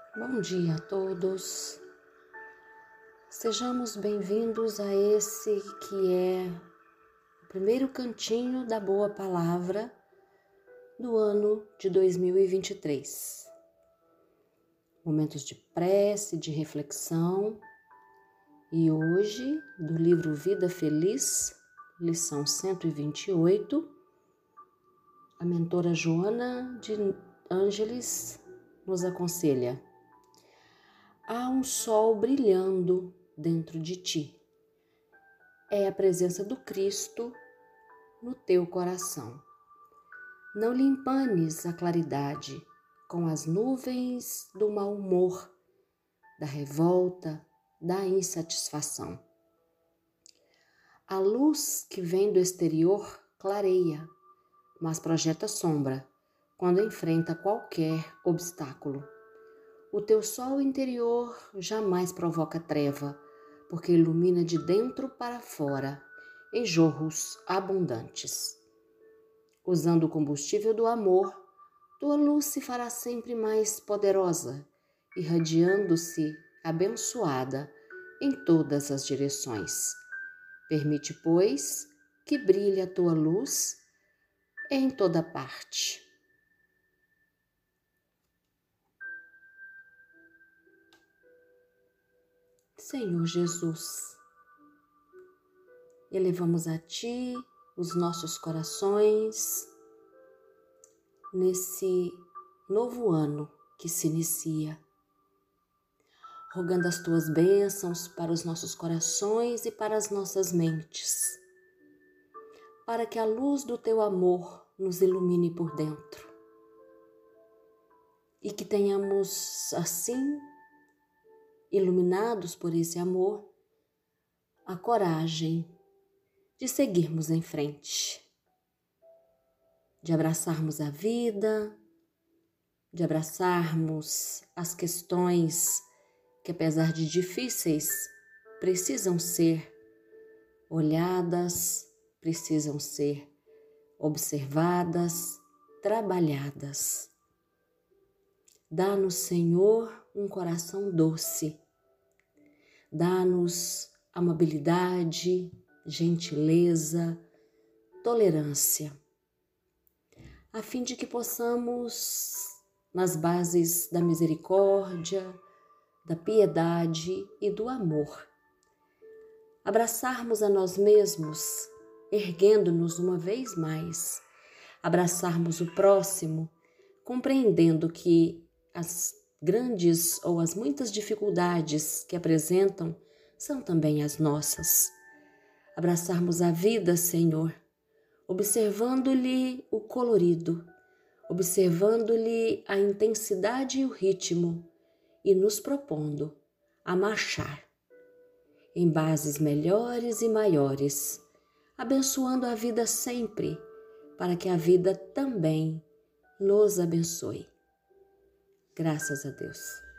Bom dia a todos, sejamos bem-vindos a esse que é o primeiro cantinho da Boa Palavra do ano de 2023. Momentos de prece, de reflexão e hoje do livro Vida Feliz, lição 128, a mentora Joana de Ângeles nos aconselha: há um sol brilhando dentro de ti. É a presença do Cristo no teu coração. Não lhe empanes a claridade com as nuvens do mau humor, da revolta, da insatisfação. A luz que vem do exterior clareia, mas projeta sombra quando enfrenta qualquer obstáculo. O teu sol interior jamais provoca treva, porque ilumina de dentro para fora, em jorros abundantes. Usando o combustível do amor, tua luz se fará sempre mais poderosa, irradiando-se abençoada em todas as direções. Permite, pois, que brilhe a tua luz em toda parte. Senhor Jesus, elevamos a Ti os nossos corações nesse novo ano que se inicia, rogando as Tuas bênçãos para os nossos corações e para as nossas mentes, para que a luz do Teu amor nos ilumine por dentro e que tenhamos assim, iluminados por esse amor, a coragem de seguirmos em frente, de abraçarmos a vida, de abraçarmos as questões que, apesar de difíceis, precisam ser olhadas, precisam ser observadas, trabalhadas. Dá-nos, Senhor, um coração doce. Dá-nos amabilidade, gentileza, tolerância, a fim de que possamos, nas bases da misericórdia, da piedade e do amor, abraçarmos a nós mesmos, erguendo-nos uma vez mais, abraçarmos o próximo, compreendendo que as grandes ou as muitas dificuldades que apresentam são também as nossas. Abraçarmos a vida, Senhor, observando-lhe o colorido, observando-lhe a intensidade e o ritmo e nos propondo a marchar em bases melhores e maiores, abençoando a vida sempre, para que a vida também nos abençoe. Graças a Deus.